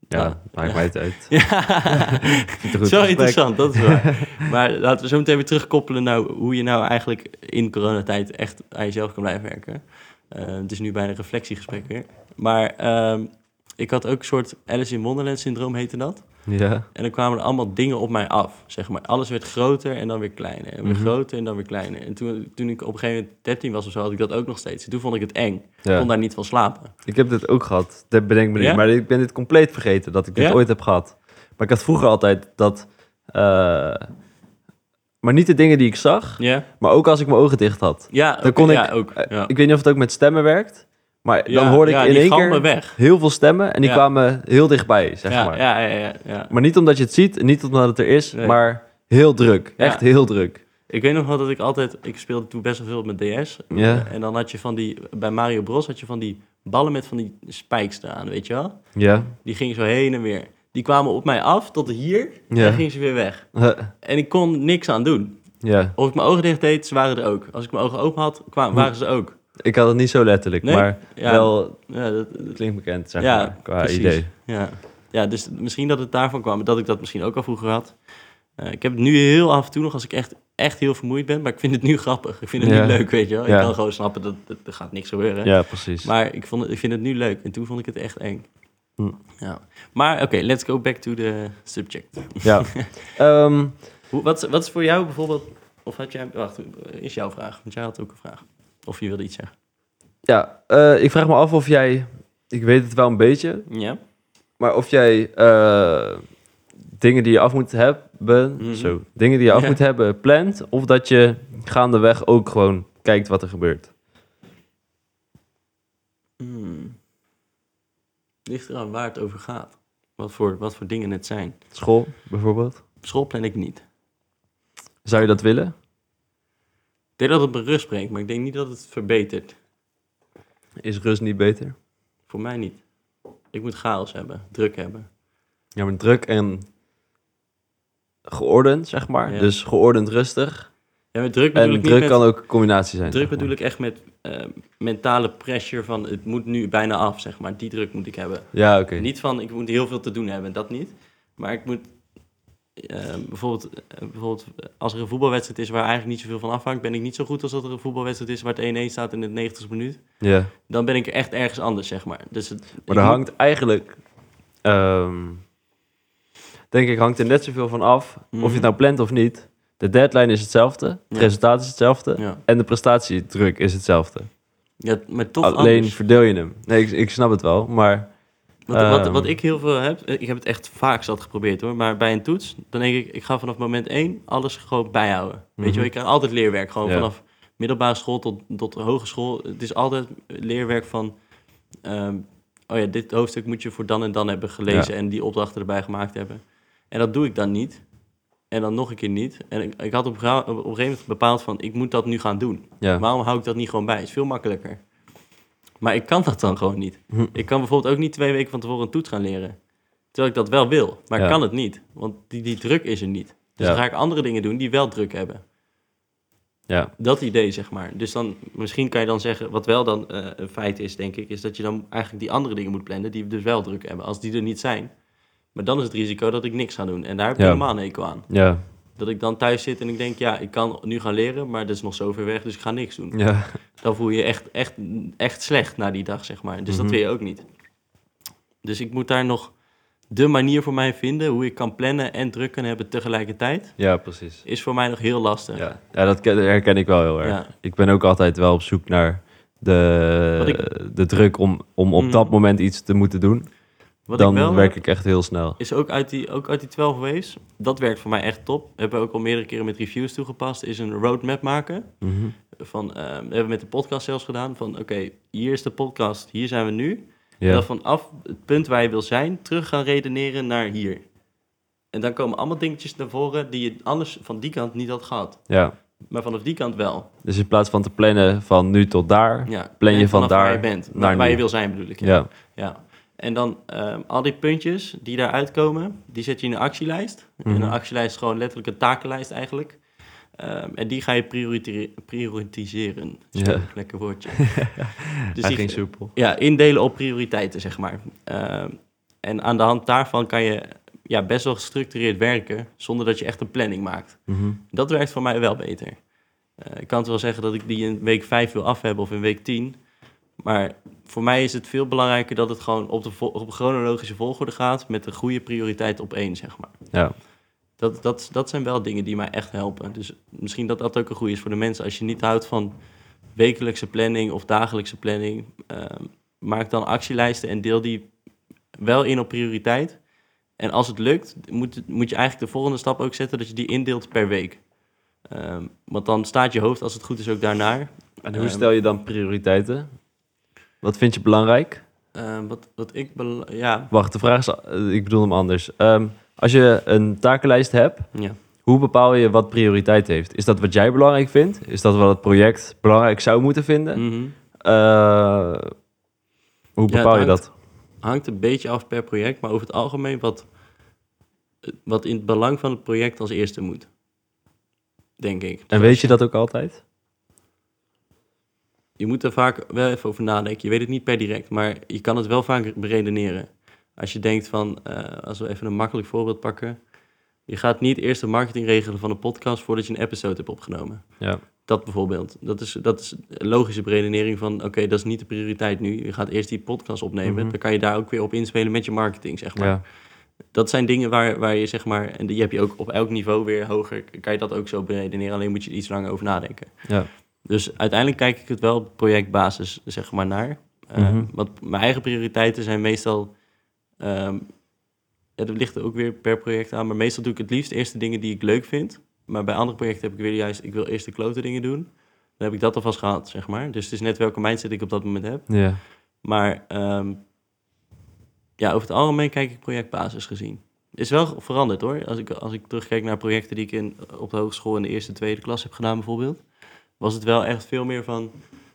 Ja, Nou, maakt mij het uit. Ja, Vind het een goed zo gesprek. interessant, dat is waar. Maar laten we zo meteen weer terugkoppelen naar hoe je nou eigenlijk in coronatijd echt aan jezelf kan blijven werken. Uh, het is nu bijna een reflectiegesprek weer. Maar uh, ik had ook een soort Alice in Wonderland syndroom, heette dat. Ja. En dan kwamen er allemaal dingen op mij af, zeg maar. Alles werd groter en dan weer kleiner. En weer Mhm. groter en dan weer kleiner. En toen, toen ik op een gegeven moment dertien was of zo, had ik dat ook nog steeds. En toen vond ik het eng. Ik Ja. kon daar niet van slapen. Ik heb dit ook gehad. Dat bedenk me niet. Ja? Maar ik ben dit compleet vergeten dat ik dit Ja? ooit heb gehad. Maar ik had vroeger altijd dat... eh, maar niet de dingen die ik zag, Ja? maar ook als ik mijn ogen dicht had. Ja, Dan oké, kon ja, ik, ook. eh, Ja. Ik weet niet of het ook met stemmen werkt, maar Ja, dan hoorde ik ja, in die één galmen keer weg. heel veel stemmen en die Ja. kwamen heel dichtbij, zeg ja, maar. ja, ja, ja, ja. Maar niet omdat je het ziet, niet omdat het er is, Nee. maar heel druk. Ja. Echt heel druk. Ik weet nog wel dat ik altijd... Ik speelde toen best wel veel met D S. Ja. En dan had je van die... Bij Mario Bros had je van die ballen met van die spikes eraan, weet je wel? Ja. Die gingen zo heen en weer. Die kwamen op mij af tot hier Ja. en gingen ze weer weg. En ik kon niks aan doen. Ja. Of ik mijn ogen dicht deed, ze waren er ook. Als ik mijn ogen open had, kwamen, waren ze ook. Ik had het niet zo letterlijk, Nee? maar Ja. wel Ja, dat, klinkt bekend, zeg ja, maar, qua precies. idee. Ja. ja, dus misschien dat het daarvan kwam. Dat ik dat misschien ook al vroeger had. Uh, ik heb het nu heel af en toe nog als ik echt, echt heel vermoeid ben. Maar ik vind het nu grappig. Ik vind het Ja. nu leuk, weet je wel. Ja. Ik kan gewoon snappen dat, dat er gaat niks gebeuren. Ja, precies. Maar ik, vond het, ik vind het nu leuk. En toen vond ik het echt eng. Hm. Ja. Maar oké, okay, let's go back to the subject. Ja. Ehm, Hoe, wat, wat is voor jou bijvoorbeeld... Of had jij... Wacht, is jouw vraag? Want jij had ook een vraag. Of je wilde iets zeggen. ja, uh, ik vraag me af of jij... Ik weet het wel een beetje, Ja? maar of jij uh, dingen die je af moet hebben... Mhm. Zo, dingen die je af Ja. moet hebben plant... of dat je gaandeweg ook gewoon kijkt wat er gebeurt. Hmm. Ligt eraan waar het over gaat. Wat voor, wat voor dingen het zijn. School, bijvoorbeeld. School plan ik niet. Zou je dat willen? Ik denk dat het me rust brengt, maar ik denk niet dat het verbetert. Is rust niet beter? Voor mij niet. Ik moet chaos hebben, druk hebben. Ja, maar druk en geordend, zeg maar. Ja. Dus geordend rustig. Ja, met druk bedoel En ik druk niet met... kan ook een combinatie zijn. Druk zeg maar. bedoel ik echt met uh, mentale pressure van het moet nu bijna af, zeg maar. Die druk moet ik hebben. Ja, oké. Niet van ik moet heel veel te doen hebben, dat niet. Maar ik moet uh, bijvoorbeeld, uh, bijvoorbeeld als er een voetbalwedstrijd is waar eigenlijk niet zoveel van afhangt, ben ik niet zo goed als dat er een voetbalwedstrijd is waar het één-één staat in de negentigste minuut. Ja. Dan ben ik echt ergens anders, zeg maar. Dus het, Maar ik er moet- hangt eigenlijk, ehm, denk ik, hangt er net zoveel van af Mhm. of je het nou plant of niet. De deadline is hetzelfde, het Ja. resultaat is hetzelfde Ja, en de prestatiedruk is hetzelfde. ja maar toch Alleen anders. verdeel je hem. Nee, ik, ik snap het wel, maar Wat, wat, Ehm. wat ik heel veel heb, ik heb het echt vaak zat geprobeerd hoor, maar bij een toets, dan denk ik, ik ga vanaf moment één alles gewoon bijhouden. Weet je Mhm. wel, je krijgt altijd leerwerk, gewoon Ja. vanaf middelbare school tot, tot de hogeschool. Het is altijd leerwerk van, ehm, oh ja, dit hoofdstuk moet je voor dan en dan hebben gelezen Ja. en die opdrachten erbij gemaakt hebben. En dat doe ik dan niet. En dan nog een keer niet. En ik, ik had op, een gea- op een gegeven moment bepaald van, ik moet dat nu gaan doen. ja. Waarom hou ik dat niet gewoon bij? Het is veel makkelijker. Maar ik kan dat dan gewoon niet. Hm. Ik kan bijvoorbeeld ook niet twee weken van tevoren een toets gaan leren. Terwijl ik dat wel wil. Maar Ja. ik kan het niet. Want die, die druk is er niet. Dus Ja. dan ga ik andere dingen doen die wel druk hebben. Ja. Dat idee, zeg maar. Dus dan, misschien kan je dan zeggen, wat wel dan eh, een feit is, denk ik, is dat je dan eigenlijk die andere dingen moet plannen die dus wel druk hebben. Als die er niet zijn. Maar dan is het risico dat ik niks ga doen. En daar heb ik Ja. helemaal een hekel aan. Ja. Dat ik dan thuis zit en ik denk, ja, ik kan nu gaan leren, maar dat is nog zo ver weg, dus ik ga niks doen. Ja. Dan voel je je echt, echt, echt slecht na die dag, zeg maar. Dus Mhm. dat wil je ook niet. Dus ik moet daar nog de manier voor mij vinden, hoe ik kan plannen en druk kan hebben tegelijkertijd, Ja, precies. is voor mij nog heel lastig. Ja, ja dat ken- herken ik wel heel erg. Ja. Ik ben ook altijd wel op zoek naar de, Wat ik- de druk om, om op Mm. dat moment iets te moeten doen. Wat Dan ik wel werk heb, ik echt heel snel. is ook uit die, ook uit die twaalf waves, dat werkt voor mij echt top. Hebben we ook al meerdere keren met reviews toegepast, is een roadmap maken. Mhm. Van, eh, dat hebben we met de podcast zelfs gedaan, van oké, hier is de podcast, hier zijn we nu. En Ja. dan vanaf het punt waar je wil zijn, terug gaan redeneren naar hier. En dan komen allemaal dingetjes naar voren die je anders van die kant niet had gehad. ja, Maar vanaf die kant wel. dus in plaats van te plannen van nu tot daar, Ja. plan je En van vanaf daar waar je bent, naar waar nu. je wil zijn bedoel ik. Ja. Ja, Ja. En dan ehm, al die puntjes die daaruit komen, die zet je in een actielijst. Mhm. En een actielijst is gewoon letterlijk een takenlijst eigenlijk. Ehm, en die ga je priorite- prioritiseren. Zo, Ja. lekker woordje. dus dus hij die, ging soepel. ja, indelen op prioriteiten, zeg maar. Ehm, en aan de hand daarvan kan je ja, best wel gestructureerd werken zonder dat je echt een planning maakt. Mm-hmm. Dat werkt voor mij wel beter. Uh, ik kan het wel zeggen dat ik die in week vijf wil af hebben of in week tien. Maar voor mij is het veel belangrijker dat het gewoon op de, vo- op de chronologische volgorde gaat met de goede prioriteit op één, zeg maar. Ja. Dat, dat, dat zijn wel dingen die mij echt helpen. Dus misschien dat dat ook een goede is voor de mensen. Als je niet houdt van wekelijkse planning of dagelijkse planning, uh, maak dan actielijsten en deel die wel in op prioriteit. En als het lukt, moet, moet je eigenlijk de volgende stap ook zetten dat je die indeelt per week. Um, want dan staat je hoofd, als het goed is, ook daarnaar. En hoe stel je dan prioriteiten? Wat vind je belangrijk? Uh, wat, wat ik... Bela- ja. Wacht, de vraag is... Ik bedoel hem anders. Um, als je een takenlijst hebt, ja. hoe bepaal je wat prioriteit heeft? Is dat wat jij belangrijk vindt? Is dat wat het project belangrijk zou moeten vinden? Mm-hmm. Uh, hoe bepaal ja, je hangt, dat? hangt een beetje af per project, maar over het algemeen wat, wat in het belang van het project als eerste moet. Denk ik. En weet je dat ook altijd? Je moet er vaak wel even over nadenken. Je weet het niet per direct, maar je kan het wel vaak beredeneren. Als je denkt van, uh, als we even een makkelijk voorbeeld pakken. Je gaat niet eerst de marketing regelen van een podcast voordat je een episode hebt opgenomen. Ja. Dat bijvoorbeeld. Dat is, dat is een logische beredenering van, oké, okay, dat is niet de prioriteit nu. Je gaat eerst die podcast opnemen. Mm-hmm. Dan kan je daar ook weer op inspelen met je marketing, zeg maar. Ja. Dat zijn dingen waar, waar je, zeg maar, en die heb je ook op elk niveau weer hoger, kan je dat ook zo beredeneren. Alleen moet je er iets langer over nadenken. Ja. Dus uiteindelijk kijk ik het wel op projectbasis, zeg maar, naar. Mm-hmm. Uh, want mijn eigen prioriteiten zijn meestal... Um, ja, dat ligt er ook weer per project aan. Maar meestal doe ik het liefst eerst de dingen die ik leuk vind. Maar bij andere projecten heb ik weer juist... Ik wil eerst de klote dingen doen. Dan heb ik dat alvast gehad, zeg maar. Dus het is net welke mindset ik op dat moment heb. Ja. Maar um, ja, over het algemeen kijk ik projectbasis gezien. Is wel veranderd, hoor. Als ik, als ik terugkijk naar projecten die ik in, op de hogeschool in de eerste, tweede klas heb gedaan, bijvoorbeeld. Was het wel echt veel meer van...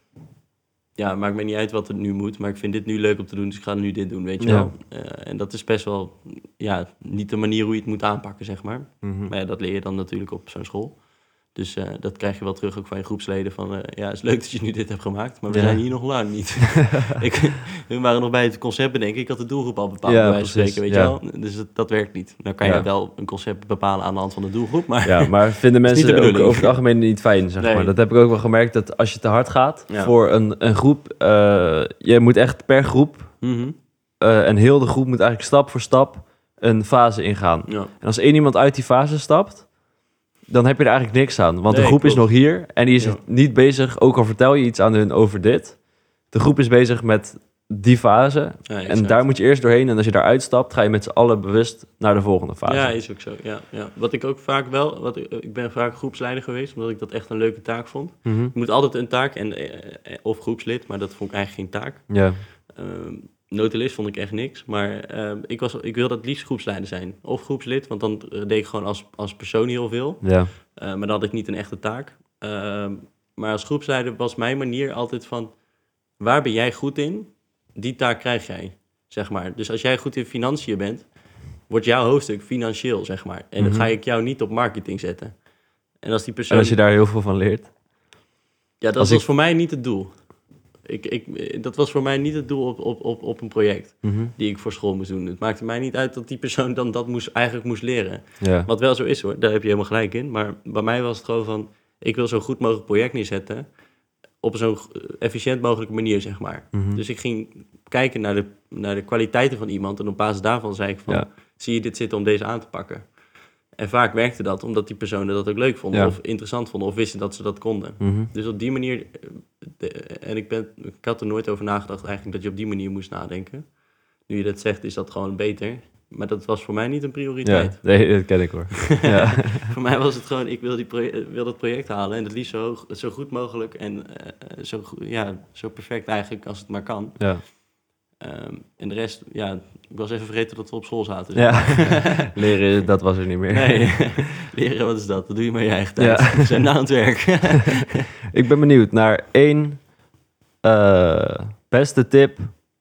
Ja, maakt me niet uit wat het nu moet, maar ik vind dit nu leuk om te doen, dus ik ga nu dit doen, weet je ja. wel. Uh, en dat is best wel, ja, niet de manier hoe je het moet aanpakken, zeg maar. Mm-hmm. Maar ja, dat leer je dan natuurlijk op zo'n school. Dus uh, dat krijg je wel terug ook van je groepsleden van... Uh, ja, het is leuk dat je nu dit hebt gemaakt, maar we ja. zijn hier nog lang niet. ik, we waren nog bij het concept bedenken. Ik had de doelgroep al bepaald, ja, bij wijze van spreken, weet ja. je wel. Dus dat, dat werkt niet. Dan kan je ja. wel een concept bepalen aan de hand van de doelgroep, maar... Ja, maar vinden mensen ook over het algemeen niet fijn, zeg nee. maar. Dat heb ik ook wel gemerkt, dat als je te hard gaat ja. voor een, een groep... Uh, je moet echt per groep... Mm-hmm. Uh, en heel de groep moet eigenlijk stap voor stap een fase ingaan. Ja. En als één iemand uit die fase stapt... dan heb je er eigenlijk niks aan. Want nee, de groep klopt. is nog hier en die is ja. niet bezig... ook al vertel je iets aan hun over dit. De groep is bezig met die fase. Ja, en daar moet je eerst doorheen. En als je daar uitstapt, ga je met z'n allen bewust naar de volgende fase. Ja, is ook zo. Ja, ja. Wat ik ook vaak wel... Wat ik, ik ben vaak groepsleider geweest, omdat ik dat echt een leuke taak vond. Mm-hmm. Je moet altijd een taak, en, of groepslid, maar dat vond ik eigenlijk geen taak. Ja. Um, Notulist vond ik echt niks, maar uh, ik, was, ik wilde het liefst groepsleider zijn. Of groepslid, want dan deed ik gewoon als, als persoon heel veel. Ja. Uh, maar dan had ik niet een echte taak. Uh, maar als groepsleider was mijn manier altijd van... waar ben jij goed in? Die taak krijg jij, zeg maar. Dus als jij goed in financiën bent, wordt jouw hoofdstuk financieel, zeg maar. En mm-hmm. dan ga ik jou niet op marketing zetten. En als die persoon... En als je daar heel veel van leert? Ja, dat als was ik... voor mij niet het doel. Ik, ik, dat was voor mij niet het doel op, op, op, op een project mm-hmm. die ik voor school moest doen. Het maakte mij niet uit dat die persoon dan dat moest, eigenlijk moest leren. Ja. Wat wel zo is hoor, daar heb je helemaal gelijk in. Maar bij mij was het gewoon van, ik wil zo goed mogelijk project neerzetten op zo'n efficiënt mogelijke manier, zeg maar. Mm-hmm. Dus ik ging kijken naar de, naar de kwaliteiten van iemand en op basis daarvan zei ik van, ja. zie je dit zitten om deze aan te pakken? En vaak werkte dat omdat die personen dat ook leuk vonden ja. of interessant vonden of wisten dat ze dat konden. Mm-hmm. Dus op die manier, de, en ik, ben, ik had er nooit over nagedacht eigenlijk dat je op die manier moest nadenken. Nu je dat zegt is dat gewoon beter. Maar dat was voor mij niet een prioriteit. Ja, nee, dat ken ik hoor. Ja. Voor mij was het gewoon, ik wil, die proje- wil dat project halen en het liefst zo, zo goed mogelijk en uh, zo, ja, zo perfect eigenlijk als het maar kan. Ja. Um, en de rest, ja, ik was even vergeten dat we op school zaten. Ja. Leren, dat was er niet meer. Nee, leren, wat is dat? Dat doe je maar je eigen tijd. Ja. We zijn na aan het werk. Ik ben benieuwd naar één uh, beste tip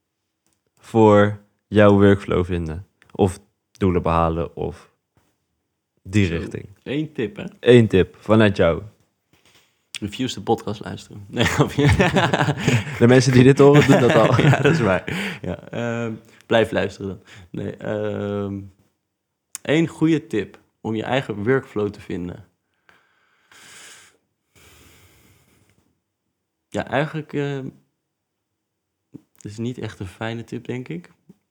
voor jouw workflow vinden. Of doelen behalen, of die Zo, richting. Eén tip, hè? Eén tip, vanuit jou. Refuse de podcast luisteren. Nee, de mensen die dit horen, doen dat al. Ja, dat is waar. Ja, uh, Blijf luisteren dan. Nee, ehm één goede tip om je eigen workflow te vinden. Ja, eigenlijk uh, het is niet echt een fijne tip, denk ik.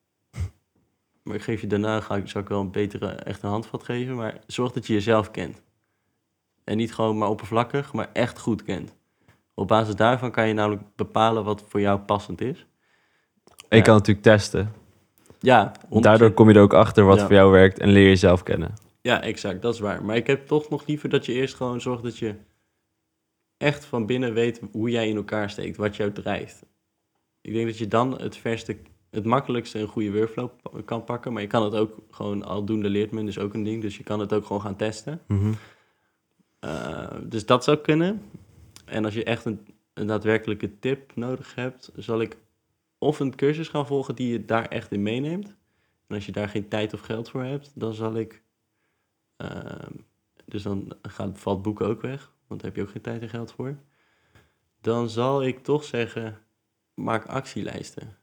Maar ik geef je daarna, ga ik, zal ik wel een betere, echt een handvat geven. Maar zorg dat je jezelf kent. En niet gewoon maar oppervlakkig, maar echt goed kent. Op basis daarvan kan je namelijk bepalen wat voor jou passend is. En je Ja. kan natuurlijk testen. Ja, Daardoor kom je er ook achter wat Ja. voor jou werkt en leer jezelf kennen. Ja, exact, dat is waar. Maar ik heb toch nog liever dat je eerst gewoon zorgt dat je echt van binnen weet hoe jij in elkaar steekt, wat jou drijft. Ik denk dat je dan het verste, het makkelijkste een goede workflow p- kan pakken. Maar je kan het ook gewoon, aldoende leert men, dus ook een ding. Dus je kan het ook gewoon gaan testen. Mm-hmm. Uh, dus dat zou kunnen. En als je echt een, een daadwerkelijke tip nodig hebt, zal ik of een cursus gaan volgen die je daar echt in meeneemt. En als je daar geen tijd of geld voor hebt, dan zal ik... Uh, dus dan gaat, valt boeken ook weg, want daar heb je ook geen tijd en geld voor. Dan zal ik toch zeggen, maak actielijsten.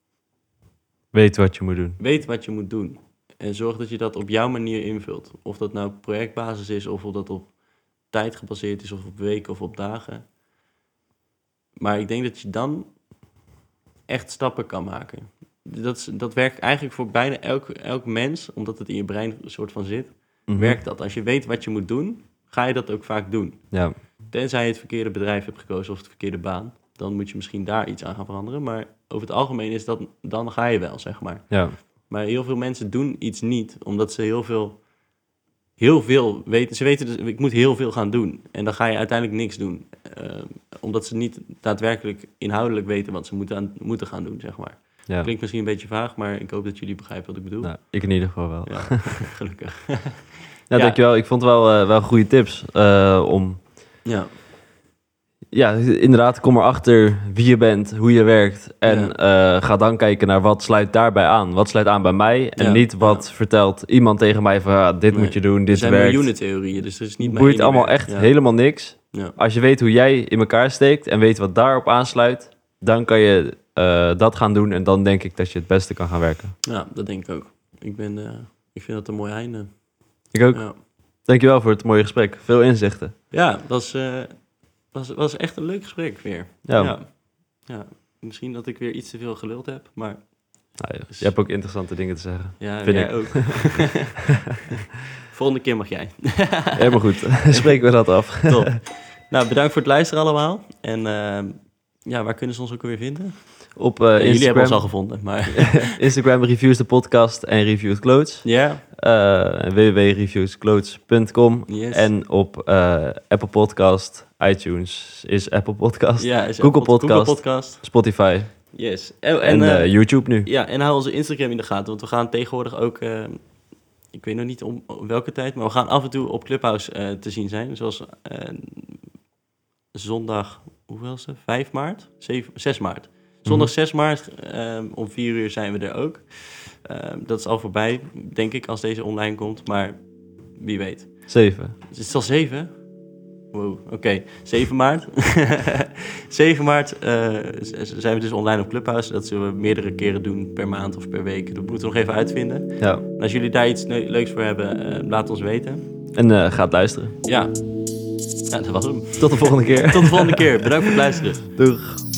Weet wat je moet doen. Weet wat je moet doen. En zorg dat je dat op jouw manier invult. Of dat nou op projectbasis is, of of dat op tijd gebaseerd is, of op weken of op dagen. Maar ik denk dat je dan echt stappen kan maken. Dat, is, dat werkt eigenlijk voor bijna elk, elk mens, omdat het in je brein een soort van zit. Mm-hmm. Werkt dat. Als je weet wat je moet doen, ga je dat ook vaak doen. Ja. Tenzij je het verkeerde bedrijf hebt gekozen of de verkeerde baan. Dan moet je misschien daar iets aan gaan veranderen. Maar over het algemeen is dat, dan ga je wel, zeg maar. Ja. Maar heel veel mensen doen iets niet, omdat ze heel veel, heel veel weten. Ze weten dus, ik moet heel veel gaan doen. En dan ga je uiteindelijk niks doen. Uh, omdat ze niet daadwerkelijk inhoudelijk weten wat ze moeten, aan, moeten gaan doen, zeg maar. Ja. Klinkt misschien een beetje vaag, maar ik hoop dat jullie begrijpen wat ik bedoel. Nou, ik in ieder geval wel. Ja, gelukkig. Ja, Ja. dankjewel. Ik vond het wel, uh, wel goede tips uh, om... Ja. Ja, inderdaad, kom erachter wie je bent, hoe je werkt. En Ja. uh, ga dan kijken naar wat sluit daarbij aan. Wat sluit aan bij mij. En Ja, niet wat ja. vertelt iemand tegen mij van... Ja, dit Nee. moet je doen, Er dit zijn werkt. miljoenen theorieën, dus er is niet maar Boeit één allemaal die werkt. echt Ja. helemaal niks. Ja. Als je weet hoe jij in elkaar steekt en weet wat daarop aansluit... dan kan je uh, dat gaan doen en dan denk ik dat je het beste kan gaan werken. Ja, dat denk ik ook. Ik, ben, uh, ik vind dat een mooi einde. Ik ook. Ja, Dankjewel voor het mooie gesprek. Veel inzichten. ja dat was, uh, was, was echt een leuk gesprek weer. Ja. Ja. Ja. Misschien dat ik weer iets te veel geluld heb, maar Nou, ja, je hebt ook interessante dingen te zeggen. ja, Vind jij ik. ook. Volgende keer mag jij. Helemaal goed. Spreken we dat af. Top. Nou, bedankt voor het luisteren allemaal. En uh, ja, waar kunnen ze ons ook weer vinden? Op uh, Ja, jullie hebben ons Instagram, al gevonden, maar Instagram Reviews de podcast en Reviews Clothes. ja. Uh, w w w punt reviews clothes punt com. Yes. En op uh, Apple Podcast, iTunes is Apple Podcast, Ja, is Google Apple- Podcast. Google Podcast. Spotify Yes. Oh, en, en uh, uh, YouTube nu. ja, en hou onze Instagram in de gaten, want we gaan tegenwoordig ook, uh, ik weet nog niet om, om welke tijd, maar we gaan af en toe op Clubhouse uh, te zien zijn. Zoals uh, zondag, hoeveel is het? vijf maart? zeven, zes maart. Zondag Mhm. zes maart, um, om vier uur zijn we er ook. Um, dat is al voorbij, denk ik, als deze online komt, maar wie weet. Zeven. Is het al zeven? Wow, oké. Okay. zeven maart. zeven maart uh, zijn we dus online op Clubhouse. Dat zullen we meerdere keren doen, per maand of per week. Dat moeten we nog even uitvinden. Ja. En als jullie daar iets ne- leuks voor hebben, uh, laat ons weten. En uh, ga het luisteren. Ja. Ja, dat was hem. Tot de volgende keer. Tot de volgende keer. Bedankt voor het luisteren. Doeg.